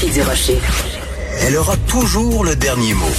Sophie Durocher. Elle aura toujours le dernier mot.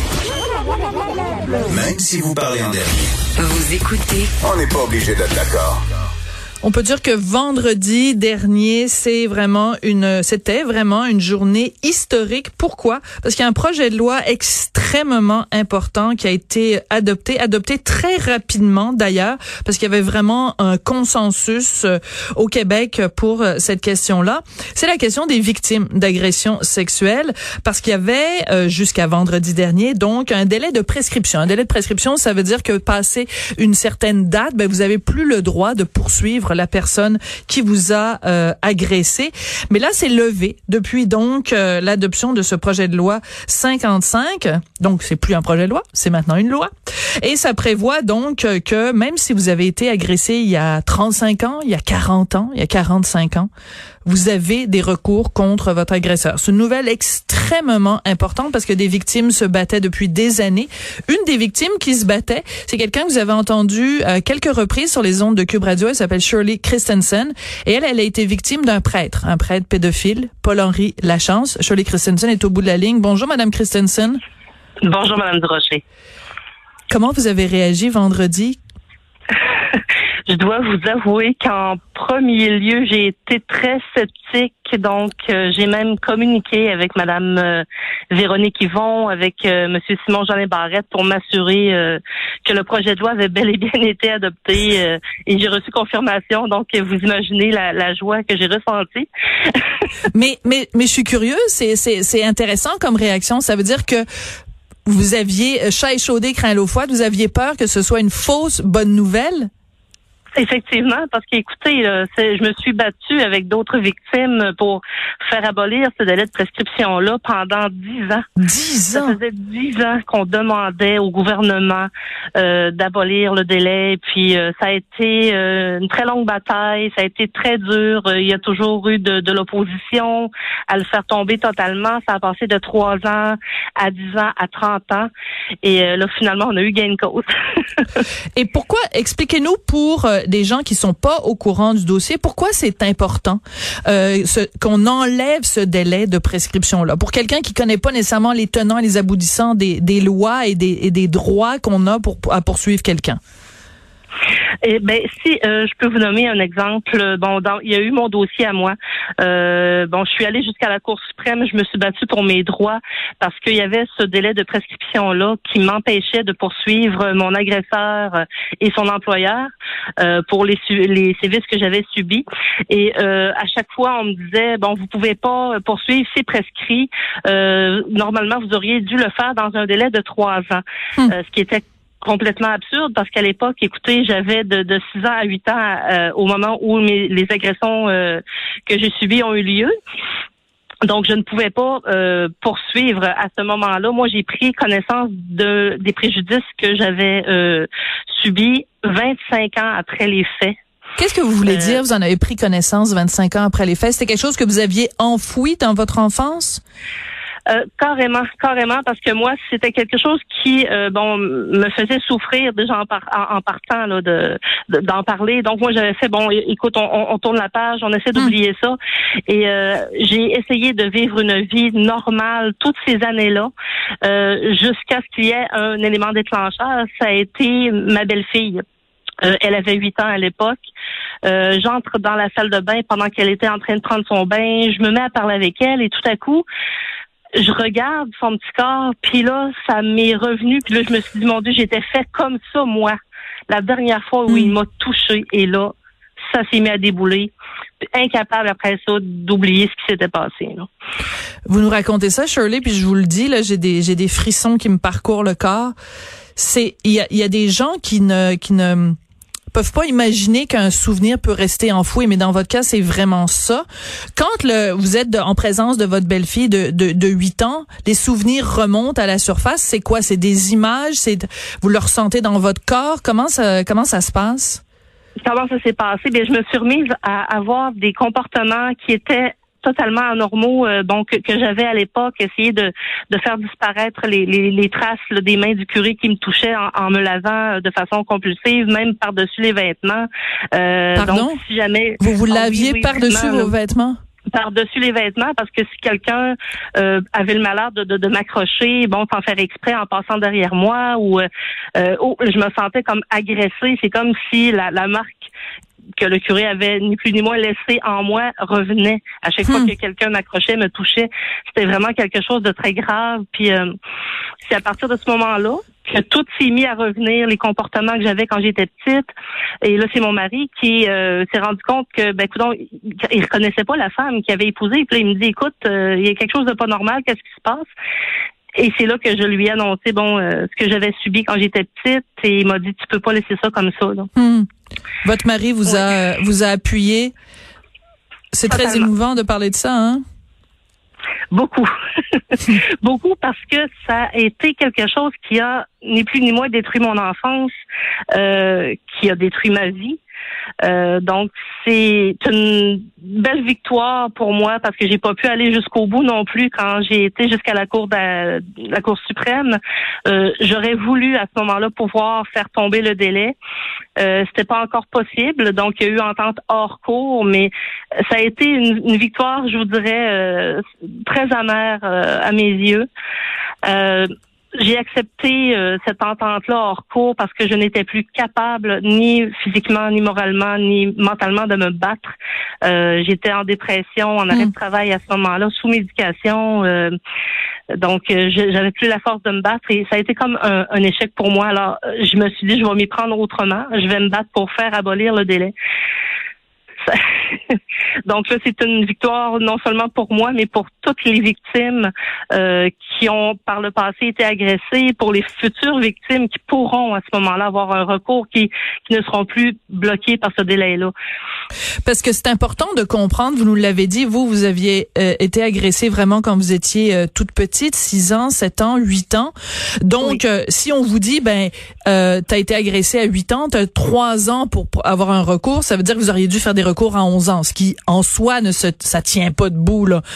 Même si vous parlez en dernier. Vous écoutez. On n'est pas obligé d'être d'accord. On peut dire que vendredi dernier, c'était vraiment une journée historique. Pourquoi? Parce qu'il y a un projet de loi extrêmement important qui a été adopté très rapidement d'ailleurs, parce qu'il y avait vraiment un consensus au Québec pour cette question-là. C'est la question des victimes d'agressions sexuelles, parce qu'il y avait jusqu'à vendredi dernier donc un délai de prescription. Un délai de prescription, ça veut dire que passé une certaine date, vous avez plus le droit de poursuivre la personne qui vous a agressé. Mais là, c'est levé depuis donc l'adoption de ce projet de loi 55. Donc, c'est plus un projet de loi, c'est maintenant une loi. Et ça prévoit donc que même si vous avez été agressé il y a 35 ans, il y a 40 ans, il y a 45 ans, vous avez des recours contre votre agresseur. C'est une nouvelle extrêmement importante parce que des victimes se battaient depuis des années. Une des victimes qui se battait, c'est quelqu'un que vous avez entendu quelques reprises sur les ondes de Cube Radio. Elle s'appelle Shirley Christensen. Et elle a été victime d'un prêtre pédophile, Paul-Henri Lachance. Shirley Christensen est au bout de la ligne. Bonjour, Madame Christensen. Bonjour, Madame Durocher. Comment vous avez réagi vendredi? Je dois vous avouer qu'en premier lieu, j'ai été très sceptique. Donc, j'ai même communiqué avec Madame Véronique Yvon, avec Monsieur Simon-Jeanin Barrette pour m'assurer que le projet de loi avait bel et bien été adopté. Et j'ai reçu confirmation. Donc, vous imaginez la joie que j'ai ressentie. mais je suis curieuse. C'est intéressant comme réaction. Ça veut dire que vous aviez chat échaudé, craint l'eau froide. Vous aviez peur que ce soit une fausse bonne nouvelle? Effectivement, parce qu'écoutez, je me suis battue avec d'autres victimes pour faire abolir ce délai de prescription-là pendant 10 ans. 10 ans? Ça faisait 10 ans qu'on demandait au gouvernement d'abolir le délai, puis ça a été une très longue bataille, ça a été très dur. Il y a toujours eu de l'opposition à le faire tomber totalement. Ça a passé de 3 ans à 10 ans à 30 ans. Et là, finalement, on a eu gain de cause. Et pourquoi, expliquez-nous pour des gens qui sont pas au courant du dossier, pourquoi c'est important qu'on enlève ce délai de prescription-là? Pour quelqu'un qui connaît pas nécessairement les tenants et les aboutissants des lois et des droits qu'on a à poursuivre quelqu'un. Eh ben, si je peux vous nommer un exemple, il y a eu mon dossier à moi. Je suis allée jusqu'à la Cour suprême, je me suis battue pour mes droits parce qu'il y avait ce délai de prescription-là qui m'empêchait de poursuivre mon agresseur et son employeur pour les sévices que j'avais subis. Et à chaque fois, on me disait, vous pouvez pas poursuivre, c'est prescrit. Normalement, vous auriez dû le faire dans un délai de 3 ans, ce qui était complètement absurde parce qu'à l'époque, écoutez, j'avais de 6 ans à 8 ans au moment où les agressions que j'ai subies ont eu lieu. Donc, je ne pouvais pas poursuivre à ce moment-là. Moi, j'ai pris connaissance des préjudices que j'avais subis 25 ans après les faits. Qu'est-ce que vous voulez dire? Vous en avez pris connaissance 25 ans après les faits. C'était quelque chose que vous aviez enfoui dans votre enfance? Carrément, parce que moi, c'était quelque chose qui, me faisait souffrir déjà en partant là d'en parler. Donc moi, j'avais fait écoute, on tourne la page, on essaie d'oublier ça. Et j'ai essayé de vivre une vie normale toutes ces années-là, jusqu'à ce qu'il y ait un élément déclencheur. Ça a été ma belle-fille. Elle avait 8 ans à l'époque. J'entre dans la salle de bain pendant qu'elle était en train de prendre son bain. Je me mets à parler avec elle et tout à coup, je regarde son petit corps, puis là, ça m'est revenu, puis là, je me suis dit, mon Dieu, j'étais fait comme ça, moi, la dernière fois où il m'a touché, et là, ça s'est mis à débouler. Incapable, après ça, d'oublier ce qui s'était passé, là. Vous nous racontez ça, Shirley, puis je vous le dis, là, j'ai des frissons qui me parcourent le corps. Il y a des gens qui ne peuvent pas imaginer qu'un souvenir peut rester enfoui, mais dans votre cas, c'est vraiment ça. Quand vous êtes en présence de votre belle-fille de 8 ans, les souvenirs remontent à la surface. C'est quoi? C'est des images? Vous le ressentez dans votre corps? Comment ça se passe? Comment ça s'est passé? Bien, je me suis remise à avoir des comportements qui étaient totalement anormaux, que j'avais à l'époque, essayer de faire disparaître les traces là, des mains du curé qui me touchaient en me lavant de façon compulsive, même par-dessus les vêtements. Pardon? Donc, si jamais vous laviez oui, par-dessus vos vêtements? par-dessus les vêtements, parce que si quelqu'un avait le malheur de m'accrocher, bon, sans faire exprès, en passant derrière moi, ou je me sentais comme agressée. C'est comme si la marque que le curé avait ni plus ni moins laissé en moi revenait à chaque fois que quelqu'un m'accrochait, me touchait. C'était vraiment quelque chose de très grave. Puis c'est à partir de ce moment-là que tout s'est mis à revenir, les comportements que j'avais quand j'étais petite. Et là, c'est mon mari qui s'est rendu compte que, coudonc, il reconnaissait pas la femme qu'il avait épousée. Puis là, il me dit, écoute, il y a quelque chose de pas normal, qu'est-ce qui se passe? Et c'est là que je lui ai annoncé, ce que j'avais subi quand j'étais petite. Et il m'a dit, tu peux pas laisser ça comme ça, là. Votre mari vous a appuyé. C'est Totalement. très émouvant de parler de ça, hein? Beaucoup. Beaucoup, parce que ça a été quelque chose qui a ni plus ni moins détruit mon enfance, qui a détruit ma vie. Donc c'est une belle victoire pour moi, parce que j'ai pas pu aller jusqu'au bout non plus quand j'ai été jusqu'à la Cour suprême. J'aurais voulu à ce moment-là pouvoir faire tomber le délai. C'était pas encore possible, donc il y a eu entente hors cour, mais ça a été une victoire, je vous dirais, très amère à mes yeux. J'ai accepté cette entente-là hors cours parce que je n'étais plus capable, ni physiquement, ni moralement, ni mentalement, de me battre. J'étais en dépression, en arrêt de travail à ce moment-là, sous médication. Donc, j'avais plus la force de me battre, et ça a été comme un échec pour moi. Alors, je me suis dit, je vais m'y prendre autrement. Je vais me battre pour faire abolir le délai. Donc là, c'est une victoire non seulement pour moi, mais pour toutes les victimes qui ont par le passé été agressées, pour les futures victimes qui pourront à ce moment-là avoir un recours qui ne seront plus bloqués par ce délai-là. Parce que c'est important de comprendre, vous nous l'avez dit, vous aviez été agressée vraiment quand vous étiez toute petite, 6 ans, 7 ans, 8 ans. Donc, oui. Si on vous dit, t'as été agressée à 8 ans, t'as 3 ans pour avoir un recours, ça veut dire que vous auriez dû faire des recours à 11 ans, ce qui, en soi, ça tient pas debout, là.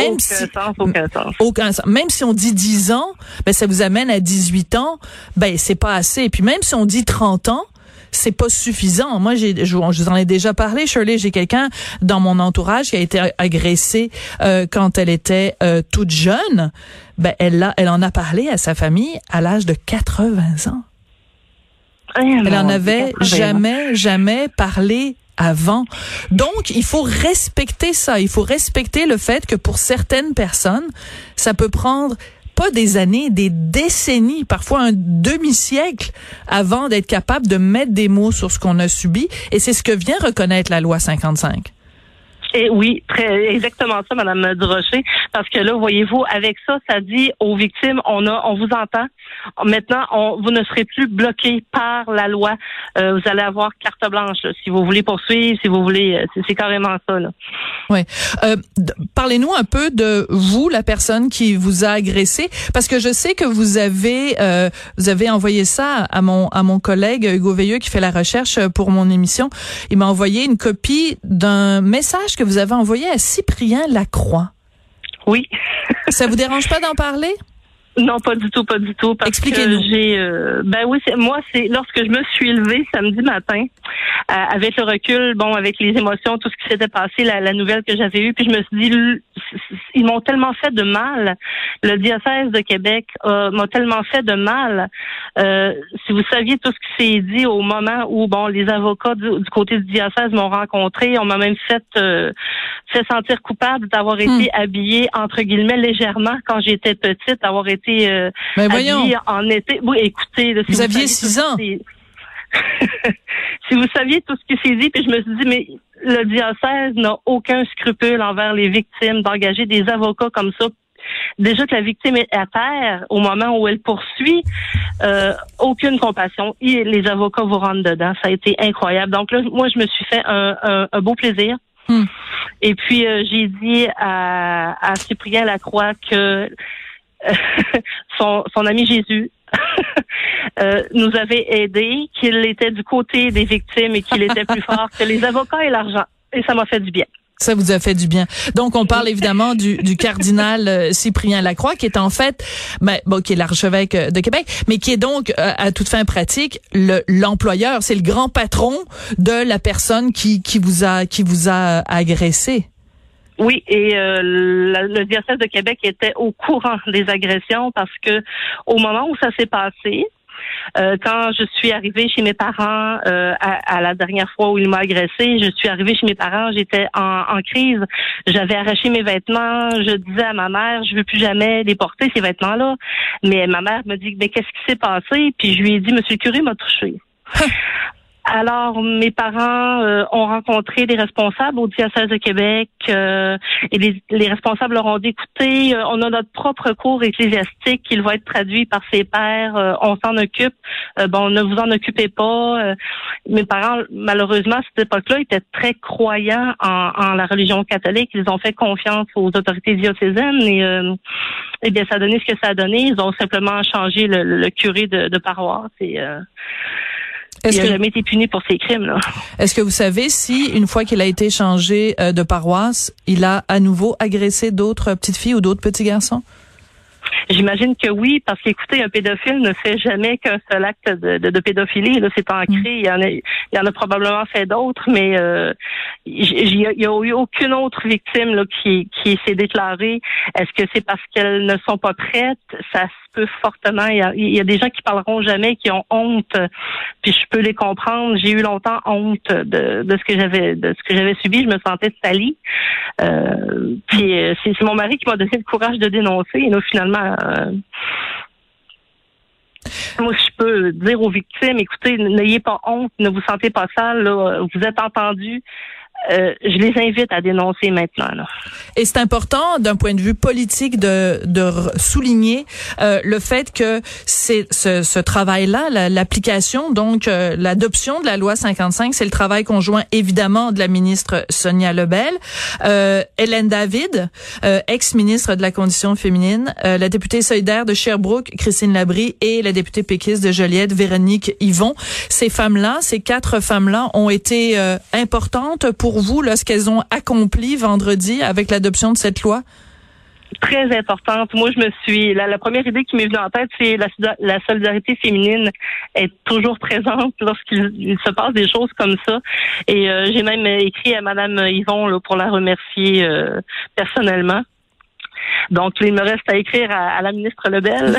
Aucun sens. Même si on dit 10 ans, ça vous amène à 18 ans, c'est pas assez. Et puis même si on dit 30 ans, c'est pas suffisant. Moi, je vous en ai déjà parlé, Shirley, j'ai quelqu'un dans mon entourage qui a été agressée quand elle était toute jeune. Elle en a parlé à sa famille à l'âge de 80 ans. Elle en avait jamais parlé avant. Donc, il faut respecter ça. Il faut respecter le fait que pour certaines personnes, ça peut prendre pas des années, des décennies, parfois un demi-siècle avant d'être capable de mettre des mots sur ce qu'on a subi. Et c'est ce que vient reconnaître la loi 55. Et oui, exactement ça, Madame Durocher. Parce que là, voyez-vous, avec ça, ça dit aux victimes, on vous entend. Maintenant, vous ne serez plus bloqués par la loi. Vous allez avoir carte blanche, là, si vous voulez poursuivre, si vous voulez. C'est carrément ça, là. Oui. Parlez-nous un peu de vous, la personne qui vous a agressé, parce que je sais que vous avez envoyé ça à mon collègue Hugo Veilleux qui fait la recherche pour mon émission. Il m'a envoyé une copie d'un message que vous avez envoyé à Cyprien Lacroix. Oui. Ça vous dérange pas d'en parler? Non, pas du tout. Parce Expliquez-nous. Que c'est lorsque je me suis levée samedi matin, avec le recul, avec les émotions, tout ce qui s'était passé, la nouvelle que j'avais eue, puis je me suis dit, ils m'ont tellement fait de mal. Le diocèse de Québec m'a tellement fait de mal. Si vous saviez tout ce qui s'est dit au moment où, les avocats du côté du diocèse m'ont rencontré, on m'a même fait sentir coupable d'avoir été habillée, entre guillemets, légèrement quand j'étais petite, d'avoir été habillée en été. Oui, écoutez, là, vous aviez 6 ans. Si vous saviez tout ce qui s'est dit, puis je me suis dit, mais le diocèse n'a aucun scrupule envers les victimes d'engager des avocats comme ça. Déjà que la victime est à terre au moment où elle poursuit, aucune compassion. Et les avocats vous rentrent dedans. Ça a été incroyable. Donc là, moi, je me suis fait un beau plaisir. Et puis, j'ai dit à Cyprien Lacroix que son ami Jésus nous avait aidés, qu'il était du côté des victimes et qu'il était plus fort que les avocats et l'argent. Et ça m'a fait du bien. Ça vous a fait du bien. Donc, on parle évidemment du cardinal Cyprien Lacroix, qui est en fait, qui est l'archevêque de Québec, mais qui est donc, à toute fin pratique, l'employeur. C'est le grand patron de la personne qui vous a agressé. Oui, et le diocèse de Québec était au courant des agressions parce que au moment où ça s'est passé, quand je suis arrivée chez mes parents à la dernière fois où il m'a agressée, je suis arrivée chez mes parents, j'étais en crise, j'avais arraché mes vêtements, je disais à ma mère, je veux plus jamais les porter ces vêtements-là, mais ma mère me dit mais qu'est-ce qui s'est passé? Puis je lui ai dit monsieur le curé m'a touchée. Alors, mes parents ont rencontré des responsables au diocèse de Québec et les responsables leur ont dit, écoutez, on a notre propre cours ecclésiastique, il va être traduit par ses pairs, on s'en occupe, ne vous en occupez pas. Mes parents, malheureusement, à cette époque-là, étaient très croyants en la religion catholique, ils ont fait confiance aux autorités diocésaines et bien, ça a donné ce que ça a donné. Ils ont simplement changé le curé de paroisse et il n'a jamais été puni pour ces crimes-là. Est-ce que vous savez si, une fois qu'il a été changé de paroisse, il a à nouveau agressé d'autres petites filles ou d'autres petits garçons? J'imagine que oui, parce qu'écoutez, un pédophile ne fait jamais qu'un seul acte de pédophilie. Là, c'est ancré. Il y en a probablement fait d'autres, mais il y a eu aucune autre victime là, qui s'est déclarée. Est-ce que c'est parce qu'elles ne sont pas prêtes? Ça se peut fortement. Il y a des gens qui parleront jamais, qui ont honte. Puis je peux les comprendre. J'ai eu longtemps honte de ce que j'avais subi. Je me sentais salie. Puis c'est mon mari qui m'a donné le courage de dénoncer. Et là, finalement, moi, je peux dire aux victimes, écoutez, n'ayez pas honte, ne vous sentez pas sale, là, vous êtes entendus. Je les invite à dénoncer maintenant. Là. Et c'est important d'un point de vue politique de souligner le fait que c'est ce travail-là, l'application, donc l'adoption de la loi 55, c'est le travail conjoint évidemment de la ministre Sonia Lebel, Hélène David, ex-ministre de la Condition féminine, la députée solidaire de Sherbrooke, Christine Labrie, et la députée péquiste de Joliette, Véronique Yvon. Ces femmes-là, ces 4 femmes-là ont été importantes pour vous, là, ce qu'elles ont accompli vendredi avec l'adoption de cette loi? Très importante. Moi, je me suis... La première idée qui m'est venue en tête, c'est la solidarité féminine est toujours présente lorsqu'il se passe des choses comme ça. Et j'ai même écrit à Madame Yvon là, pour la remercier personnellement. Donc, il me reste à écrire à la ministre Lebel.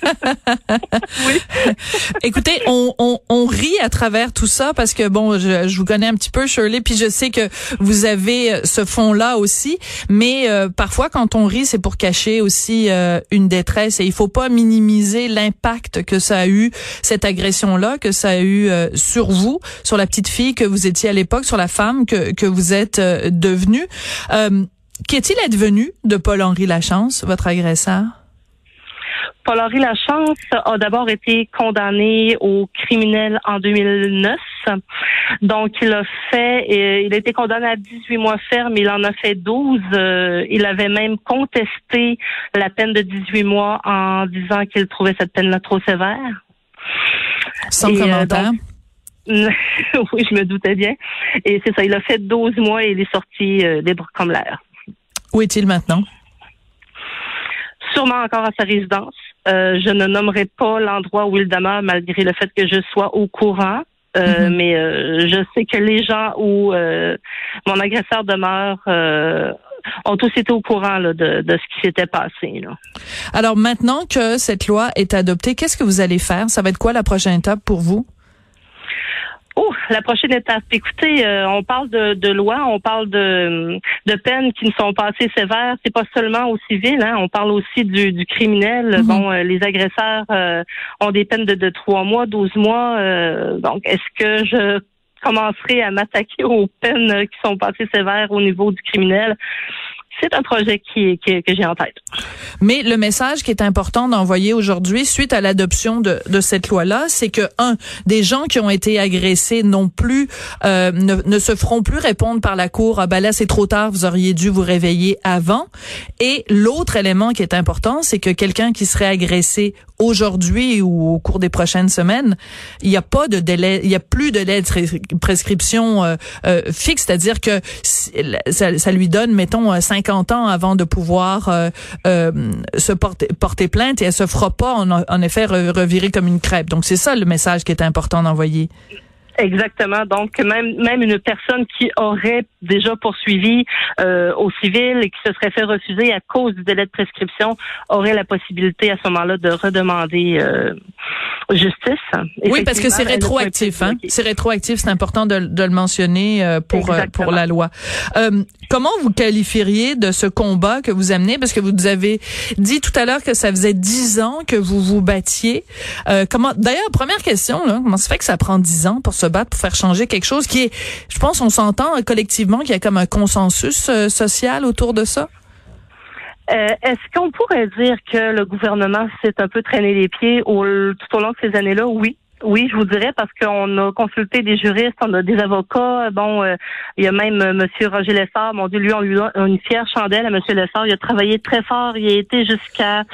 Oui. Écoutez, on rit à travers tout ça parce que, bon, je vous connais un petit peu, Shirley, puis je sais que vous avez ce fond-là aussi, mais parfois, quand on rit, c'est pour cacher aussi une détresse et il faut pas minimiser l'impact que ça a eu, cette agression-là, que ça a eu sur vous, sur la petite fille que vous étiez à l'époque, sur la femme que vous êtes devenue. Qu'est-il advenu de Paul-Henri Lachance, votre agresseur? Paul-Henri Lachance a d'abord été condamné au criminel en 2009. Donc, il a été condamné à 18 mois ferme, il en a fait 12. Il avait même contesté la peine de 18 mois en disant qu'il trouvait cette peine-là trop sévère. Sans commentaire. Oui, je me doutais bien. Et c'est ça, il a fait 12 mois et il est sorti libre comme l'air. Où est-il maintenant? Sûrement encore à sa résidence. Je ne nommerai pas l'endroit où il demeure malgré le fait que je sois au courant. Mais je sais que les gens où mon agresseur demeure ont tous été au courant là, de ce qui s'était passé. Là. Alors maintenant que cette loi est adoptée, qu'est-ce que vous allez faire? Ça va être quoi la prochaine étape pour vous? Oh, la prochaine étape. Écoutez, on parle de loi, on parle de peines qui ne sont pas assez sévères. C'est pas seulement au civil, hein. On parle aussi du criminel. Mm-hmm. Bon, les agresseurs ont des peines de 3 mois, 12 mois. Donc, est-ce que je commencerai à m'attaquer aux peines qui sont pas assez sévères au niveau du criminel? C'est un projet que j'ai en tête. Mais le message qui est important d'envoyer aujourd'hui, suite à l'adoption de cette loi-là, c'est que, des gens qui ont été agressés non plus, ne se feront plus répondre par la cour, ah ben là, c'est trop tard, vous auriez dû vous réveiller avant. Et l'autre élément qui est important, c'est que quelqu'un qui serait agressé aujourd'hui ou au cours des prochaines semaines, il n'y a pas de délai, il n'y a plus de délai de prescription fixe, c'est-à-dire que ça lui donne, mettons, 50 ans avant de pouvoir se porter plainte et elle se fera pas en effet revirer comme une crêpe. Donc c'est ça le message qui est important d'envoyer. Exactement. Donc, même une personne qui aurait déjà poursuivi au civil et qui se serait fait refuser à cause du délai de prescription aurait la possibilité à ce moment-là de redemander justice. Oui, parce que c'est rétroactif. Hein? C'est rétroactif, c'est important de le mentionner pour la loi. Comment vous qualifieriez de ce combat que vous amenez? Parce que vous avez dit tout à l'heure que ça faisait 10 ans que vous vous battiez. D'ailleurs, première question, là, comment ça fait que ça prend 10 ans pour se battre, pour faire changer quelque chose qui est, je pense, on s'entend collectivement qu'il y a comme un consensus social autour de ça? Est-ce qu'on pourrait dire que le gouvernement s'est un peu traîné les pieds tout au long de ces années-là? Oui. Oui, je vous dirais, parce qu'on a consulté des juristes, on a des avocats. Il y a même Monsieur Roger Lessard. Mon Dieu, lui, on lui a une fière chandelle à Monsieur Lessard. Il a travaillé très fort. Il a été jusqu'à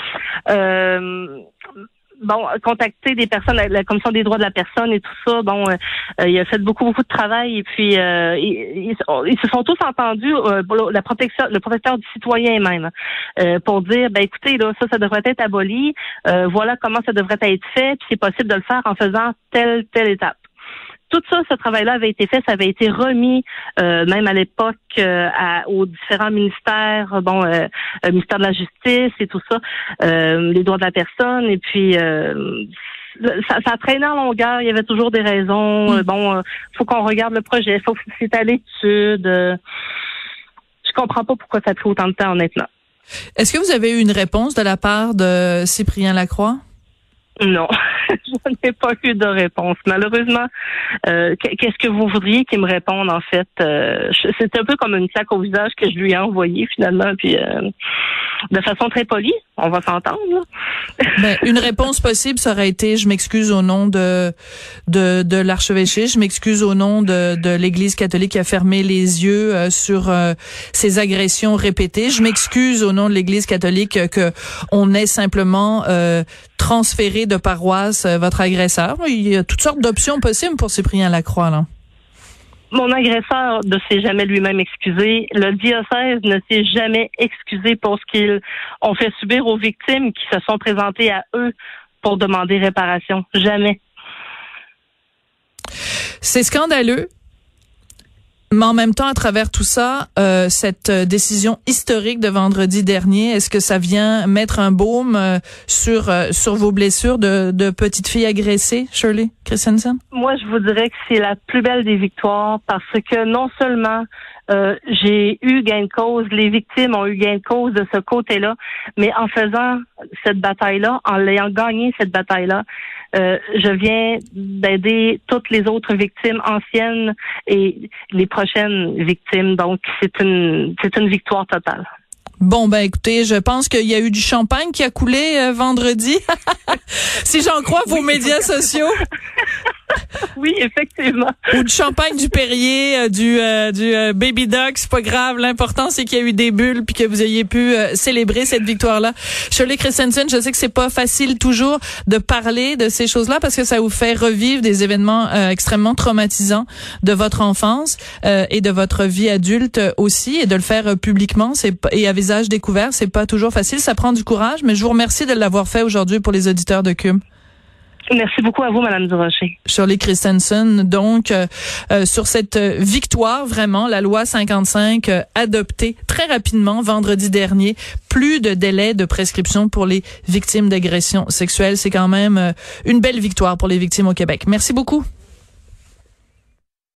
contacter des personnes, la Commission des droits de la personne et tout ça. Il a fait beaucoup de travail et puis ils se sont tous entendus, le protecteur du citoyen même, pour dire, écoutez, là, ça devrait être aboli. Voilà comment ça devrait être fait, puis c'est possible de le faire en faisant telle étape. Tout ça, ce travail-là avait été fait, ça avait été remis même à l'époque aux différents ministères, ministère de la Justice et tout ça, les droits de la personne, et puis ça traînait en longueur, il y avait toujours des raisons. Faut qu'on regarde le projet, faut que c'est à l'étude. Je comprends pas pourquoi ça a pris autant de temps, honnêtement. Est-ce que vous avez eu une réponse de la part de Cyprien Lacroix? Non, je n'ai pas eu de réponse. Malheureusement, qu'est-ce que vous voudriez qu'il me réponde, en fait? C'est un peu comme une claque au visage que je lui ai envoyée, finalement, puis de façon très polie, on va s'entendre, là. Une réponse possible, ça aurait été: je m'excuse au nom de l'archevêché, je m'excuse au nom de l'Église catholique qui a fermé les yeux sur ces agressions répétées. Je m'excuse au nom de l'Église catholique que on ait simplement transféré de paroisse votre agresseur. Il y a toutes sortes d'options possibles pour Cyprien Lacroix, là. Mon agresseur ne s'est jamais lui-même excusé. Le diocèse ne s'est jamais excusé pour ce qu'ils ont fait subir aux victimes qui se sont présentées à eux pour demander réparation. Jamais. C'est scandaleux. Mais en même temps, à travers tout ça, cette décision historique de vendredi dernier, est-ce que ça vient mettre un baume sur vos blessures de petite fille agressée, Shirley Christensen? Moi, je vous dirais que c'est la plus belle des victoires, parce que non seulement j'ai eu gain de cause, les victimes ont eu gain de cause de ce côté-là, mais en faisant cette bataille-là, en l'ayant gagné cette bataille-là, je viens d'aider toutes les autres victimes anciennes et les prochaines victimes. Donc, c'est une victoire totale. Bon, écoutez, je pense qu'il y a eu du champagne qui a coulé vendredi, si j'en crois vos médias sociaux. Oui, effectivement. Ou du champagne du Perrier, du Baby Duck, c'est pas grave. L'important, c'est qu'il y a eu des bulles puis que vous ayez pu célébrer cette victoire-là. Shirley Christensen, je sais que c'est pas facile toujours de parler de ces choses-là parce que ça vous fait revivre des événements extrêmement traumatisants de votre enfance et de votre vie adulte aussi, et de le faire publiquement et à visage découvert, c'est pas toujours facile. Ça prend du courage, mais je vous remercie de l'avoir fait aujourd'hui pour les auditeurs de CUM. Merci beaucoup à vous, Madame Durocher. Shirley Christensen, donc, sur cette victoire, vraiment, la loi 55 adoptée très rapidement vendredi dernier. Plus de délai de prescription pour les victimes d'agressions sexuelles. C'est quand même une belle victoire pour les victimes au Québec. Merci beaucoup.